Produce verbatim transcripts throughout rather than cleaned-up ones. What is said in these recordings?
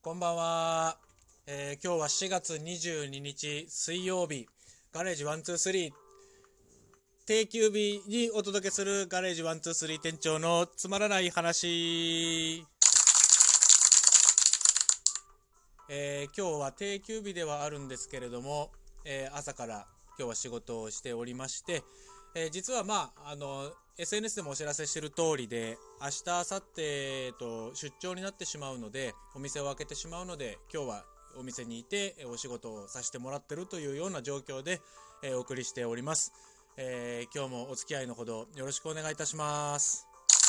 こんばんは、えー今日はしがつにじゅうににち水曜日、ガレージいちにさん定休日にお届けするガレージいちにさん店長のつまらない話。えー今日は定休日ではあるんですけれども、えー朝から今日は仕事をしておりまして、えー実はまああの エスエヌエス でもお知らせしている通りで、明日明後日と出張になってしまうので、お店を開けてしまうので、今日はお店にいてお仕事をさせてもらってるというような状況で、えーお送りしております。えー今日もお付き合いのほどよろしくお願いいたします。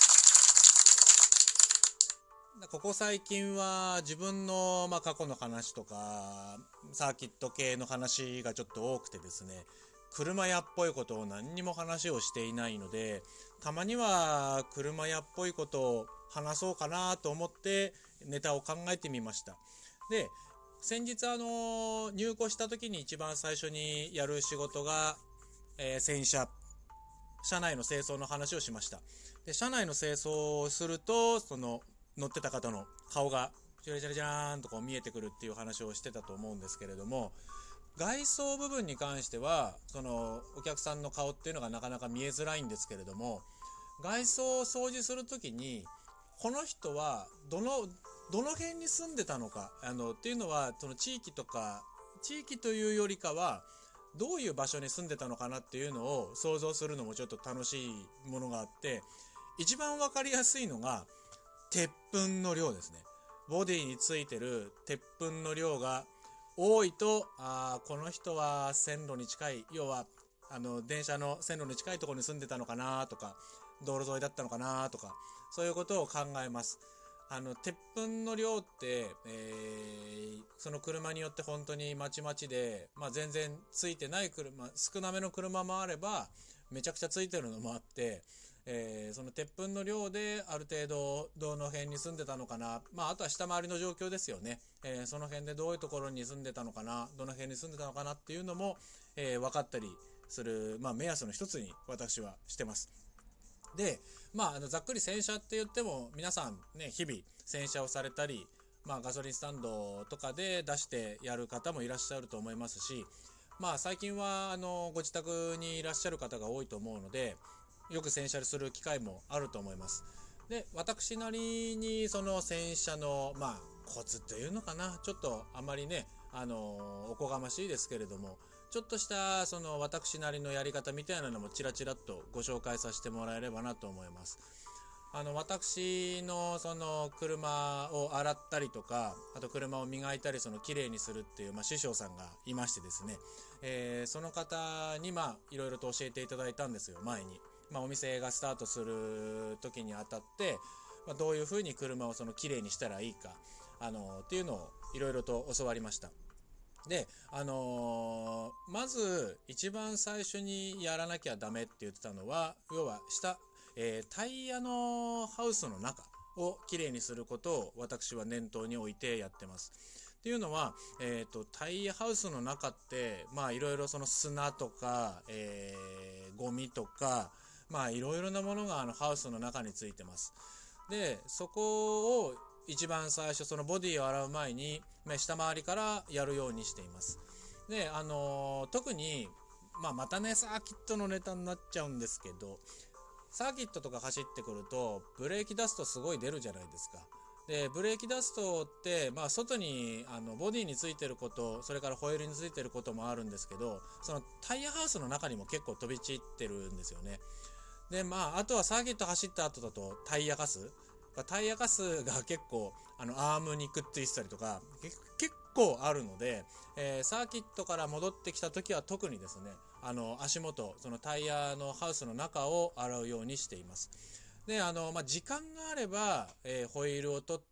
ここ最近は自分の、まあ、過去の話とかサーキット系の話がちょっと多くてですね、車屋っぽいことを何にも話をしていないので、たまには車屋っぽいことを話そうかなと思ってネタを考えてみました。で、先日あの入庫した時に一番最初にやる仕事が、えー洗車車内の清掃の話をしました。で、車内の清掃をすると、その乗ってた方の顔がジャリジャリジャーンとこう見えてくるっていう話をしてたと思うんですけれども、外装部分に関してはそのお客さんの顔っていうのがなかなか見えづらいんですけれども、外装を掃除するときにこの人はどのどの辺に住んでたのか、あのっていうのは、その地域とか地域というよりかはどういう場所に住んでたのかなっていうのを想像するのもちょっと楽しいものがあって、一番わかりやすいのが鉄粉の量ですね。ボディについてる鉄粉の量が多いと、あーこの人は線路に近い、要はあの電車の線路に近いところに住んでたのかなとか、道路沿いだったのかなとか、そういうことを考えます。あの鉄粉の量って、えーその車によって本当にまちまちで、まあ、全然ついてない車、少なめの車もあればめちゃくちゃついてるのもあって、えーその鉄粉の量である程度どの辺に住んでたのかな、まあ、あとは下回りの状況ですよね、えーその辺でどういうところに住んでたのかな、どの辺に住んでたのかなっていうのも、えー分かったりする、まあ、目安の一つに私はしてます。で、まあ、あのざっくり洗車って言っても皆さんね、日々洗車をされたり、まあ、ガソリンスタンドとかで出してやる方もいらっしゃると思いますし、まあ、最近はあのご自宅にいらっしゃる方が多いと思うので、よく洗車する機会もあると思います。で、私なりにその洗車の、まあ、コツというのかな、ちょっとあまりね、あのおこがましいですけれども、ちょっとしたその私なりのやり方みたいなのもちらちらっとご紹介させてもらえればなと思います。あの私のその車を洗ったりとか、あと車を磨いたりその綺麗にするっていう、まあ、師匠さんがいましてですね、えーその方にまあいろいろと教えていただいたんですよ、前に。まあ、お店がスタートする時にあたって、まあ、どういうふうに車をその綺麗にしたらいいか、あのっていうのをいろいろと教わりました。で、あのーまず一番最初にやらなきゃダメって言ってたのは、要は下、えータイヤのハウスの中をきれいにすることを私は念頭に置いてやってます。っていうのは、えーと、タイヤハウスの中って、まあいろいろその砂とか、えーゴミとか、まあいろいろなものがあのハウスの中についてます。で、そこを一番最初、そのボディを洗う前に下回りからやるようにしています。で、あのー特に、まあ、またねサーキットのネタになっちゃうんですけど、サーキットとか走ってくるとブレーキダストすごい出るじゃないですか。で、ブレーキダストって、まあ、外にあのボディについてること、それからホイールについてることもあるんですけど、そのタイヤハウスの中にも結構飛び散ってるんですよね。で、まあ、あとはサーキット走った後だとタイヤガス。タイヤガスが結構、あの、アームにくっついてたりとか、結構あるので、えーサーキットから戻ってきた時は特にですね、あの、足元、そのタイヤのハウスの中を洗うようにしています。で、あの、まあ、時間があれば、えーホイールを取って、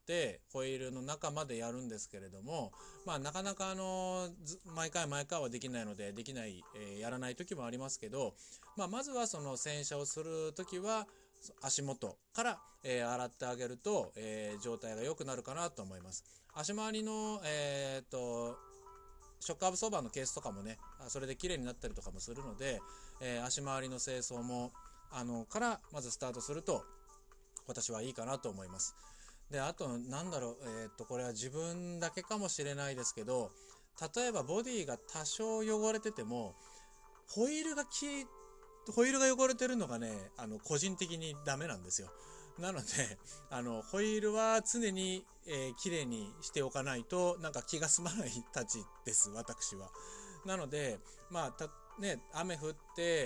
ホイールの中までやるんですけれども、まあ、なかなかあの、毎回毎回はできないので、できない、えーやらない時もありますけど、まあ、まずはその洗車をするときは足元から、えー洗ってあげると、えー状態が良くなるかなと思います。足回りの、えーっとショックアブソーバーのケースとかもね、それで綺麗になったりとかもするので、えー足回りの清掃もあのからまずスタートすると私はいいかなと思います。 で、あと、なんだろう、えーっと、これは自分だけかもしれないですけど、例えばボディが多少汚れてても、ホイールがき、ホイールが汚れてるのがね、あの、個人的にダメなんですよ。なので、あの、ホイールは常に、えー、綺麗にしておかないと、なんか気が済まないたちです、私は。なので、まあ、た、ね、雨降って、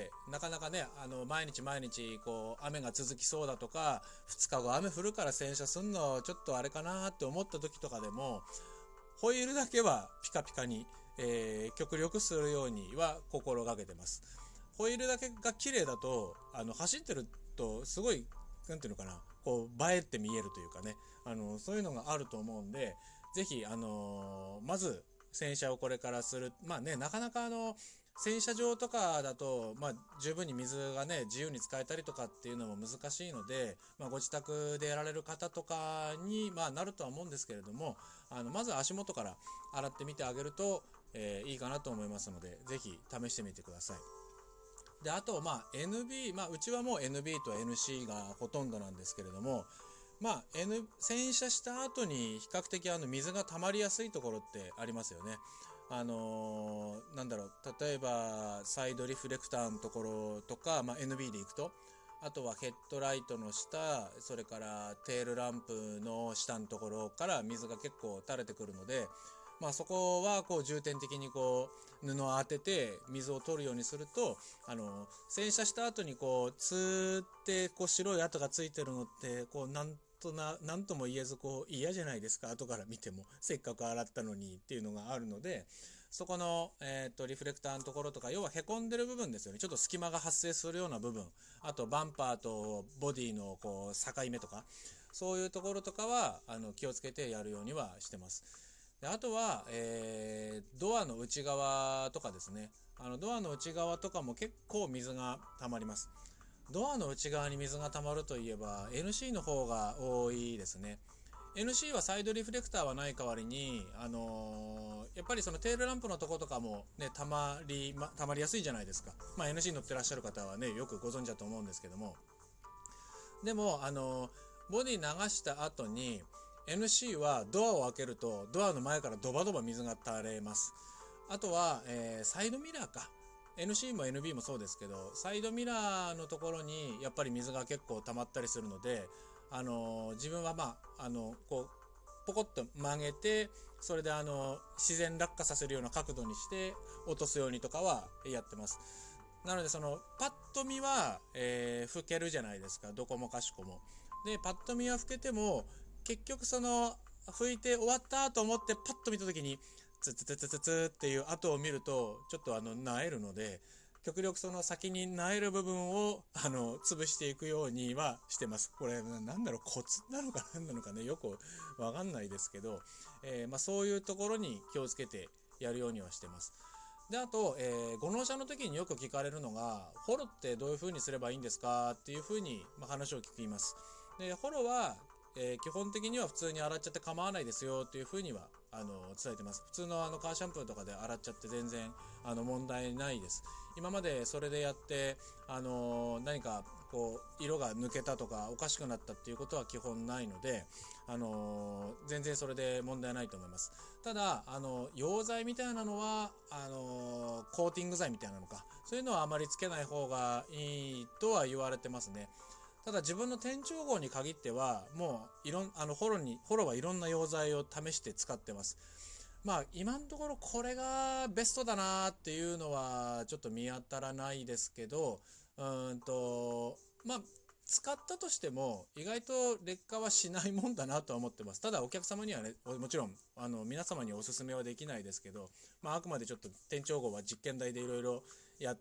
なかなかね、あの、毎日毎日、こう、雨が続きそうだとか、ふつかご雨降るから洗車すんの、ちょっとあれかなって思った時とかでも、ホイールだけはピカピカに、えー極力するようには心がけてます。ホイールだけが綺麗だと、あの、走ってると、すごい、なんていうのかな、こう、映えって見えるというかね、あの、そういうのがあると思うんで、ぜひ、あのーまず、洗車をこれからする。まあね、なかなかあの、洗車場とかだと、まあ、十分に水がね、自由に使えたりとかっていうのも難しいので、まあ、ご自宅でやられる方とかに、まあ、なるとは思うんですけれども、あの、まず足元から洗ってみてあげると、えーいいかなと思いますので、ぜひ試してみてください。で、あと、まあ、エヌビー、まあ、うちはもう エヌビー と エヌシー がほとんどなんですけれども、まあ、N、洗車した後に比較的あの水が溜まりやすいところってありますよね。あのーなんだろう、例えば、サイドリフレクターのところとか、まあ、エヌビー で行くと、あとはヘッドライトの下、それからテールランプの下のところから水が結構垂れてくるので、まあそこはこう重点的にこう布を当てて水を取るようにすると、あの、洗車した後にこう、つーってこう白い跡がついてるのって、こうなんとな、なんとも言えずこう嫌じゃないですか。後から見ても。せっかく洗ったのにっていうのがあるので、そこの、えっと、リフレクターのところとか、要は凹んでる部分ですよね。ちょっと隙間が発生するような部分。あと、バンパーとボディのこう、境目とか、そういうところとかは、あの、気をつけてやるようにはしてます。で、あとは、えー、ドアの内側とかですね。あの、ドアの内側とかも結構水が溜まります。ドアの内側に水が溜まるといえば、エヌシー の方が多いですね。エヌシー はサイドリフレクターはない代わりに、あのーやっぱりそのテールランプのとことかもね、溜まり、ま、溜まりやすいじゃないですか。まあ エヌシー 乗ってらっしゃる方はね、よくご存知だと思うんですけども。でも、あのーボディ流した後に、エヌシー はドアを開けると、ドアの前からドバドバ水が垂れます。あとは、えーサイドミラーか。エヌシー も エヌビー もそうですけど、サイドミラーのところにやっぱり水が結構溜まったりするので、あのー自分はまあ、あの、こう、ポコッと曲げて、それであの、自然落下させるような角度にして落とすようにとかはやってます。なのでその、パッと見は、えー、拭けるじゃないですか。どこもかしこも。で、パッと見は拭けても、結局その、拭いて終わったと思ってパッと見た時に、ツツツツツツっていう跡を見ると、ちょっとあの、萎えるので、極力その先に萎える部分を、あの、潰していくようにはしてます。これ、なんだろう、コツなのか何なのかね、よくわかんないですけど、えーまあそういうところに気をつけてやるようにはしてます。で、あと、えー、ご納車の時によく聞かれるのが、フォロってどういう風にすればいいんですかっていう風に、まあ、話を聞きます。で、フォロは、えー基本的には普通に洗っちゃって構わないですよっていう風には、あの、伝えてます。普通のあの、カーシャンプーとかで洗っちゃって全然、あの、問題ないです。今までそれでやって、あのー何か、こう、色が抜けたとか、おかしくなったっていうことは基本ないので、あのー全然それで問題ないと思います。ただ、あの、溶剤みたいなのは、あのーコーティング剤みたいなのか、そういうのはあまりつけない方がいいとは言われてますね。ただ自分の店長号に限っては、もう、いろん、あの、フォローに、フォローはいろんな溶剤を試して使ってます。まあ、今のところこれがベストだなっていうのは、ちょっと見当たらないですけど、うーんと、まあ、使ったとしても、意外と劣化はしないもんだなとは思ってます。ただ、お客様にはね、もちろん、あの、皆様にお勧めはできないですけど、まあ、あくまでちょっと店長号は実験台でいろいろやって、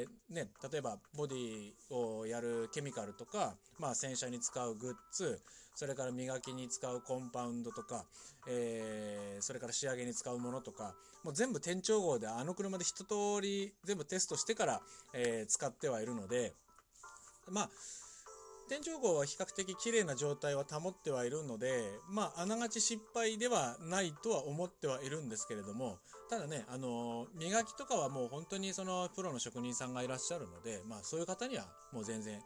ね、例えば、ボディをやるケミカルとか、まあ、洗車に使うグッズ、それから磨きに使うコンパウンドとか、えー、それから仕上げに使うものとか、もう全部店長号であの車で一通り全部テストしてから、えー使ってはいるので、まあ、天井号は比較的綺麗な状態は保ってはいるので、まあ、あながち失敗ではないとは思ってはいるんですけれども、ただね、あのー磨きとかはもう本当にそのプロの職人さんがいらっしゃるので、まあ、そういう方にはもう全然、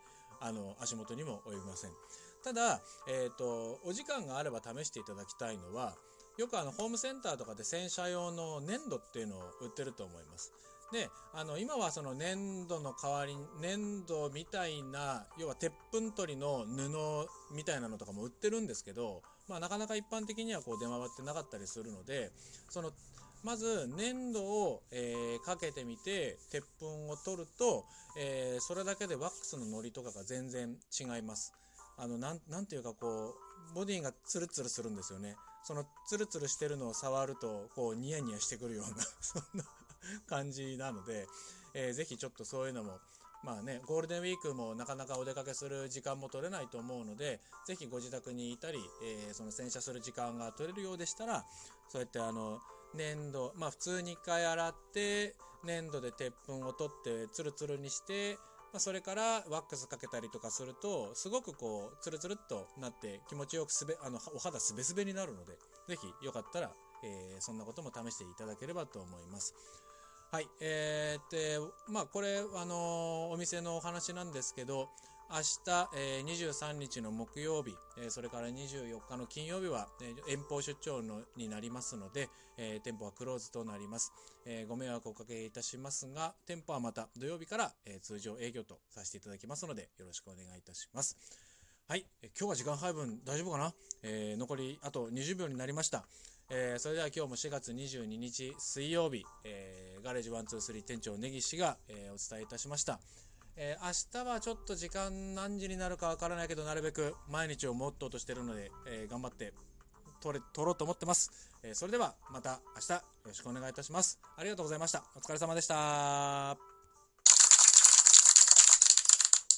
あの足元にも及びません。ただ、えーと、お時間があれば試していただきたいのは、よくあのホームセンターとかで洗車用の粘土っていうのを売ってると思います。で、あの今はその粘土の代わりに粘土みたいな、要は鉄粉取りの布みたいなのとかも売ってるんですけど、まあ、なかなか一般的にはこう出回ってなかったりするので、そのまず粘土を、えー、かけてみて鉄粉を取ると、えー、それだけでワックスののりとかが全然違います。あのなん、なんていうかこうボディがツルツルするんですよね。そのツルツルしてるのを触るとこうニヤニヤしてくるようなそんな感じなので、えー、ぜひちょっとそういうのもまあね、ゴールデンウィークもなかなかお出かけする時間も取れないと思うので、ぜひご自宅にいたり、えー、その洗車する時間が取れるようでしたら、そうやってあの粘土、まあ普通に一回洗って粘土で鉄粉を取ってツルツルにして、まあ、それからワックスかけたりとかするとすごくこうツルツルっとなって気持ちよくすべあのお肌すべすべになるので、ぜひよかったら、えー、そんなことも試していただければと思います。はい、えー、でまあこれあのー、お店のお話なんですけど、明日、えー、にじゅうさんにちの木曜日、えー、それからにじゅうよっかの金曜日は、えー、遠方出張のになりますので、えー、店舗はクローズとなります。えー、ご迷惑をおかけいたしますが、店舗はまた土曜日から、えー、通常営業とさせていただきますので、よろしくお願いいたします。はい、えー、今日は時間配分大丈夫かな、えー、残りあとにじゅうびょうになりました。えー、それでは今日もしがつにじゅうににち水曜日、えー、ガレージいちにさん店長根岸が、えー、お伝えいたしました。えー、明日はちょっと時間何時になるかわからないけど、なるべく毎日をモットーとしているので、えー、頑張って撮れ撮ろうと思ってます。えー、それではまた明日よろしくお願いいたします。ありがとうございました。お疲れ様でした。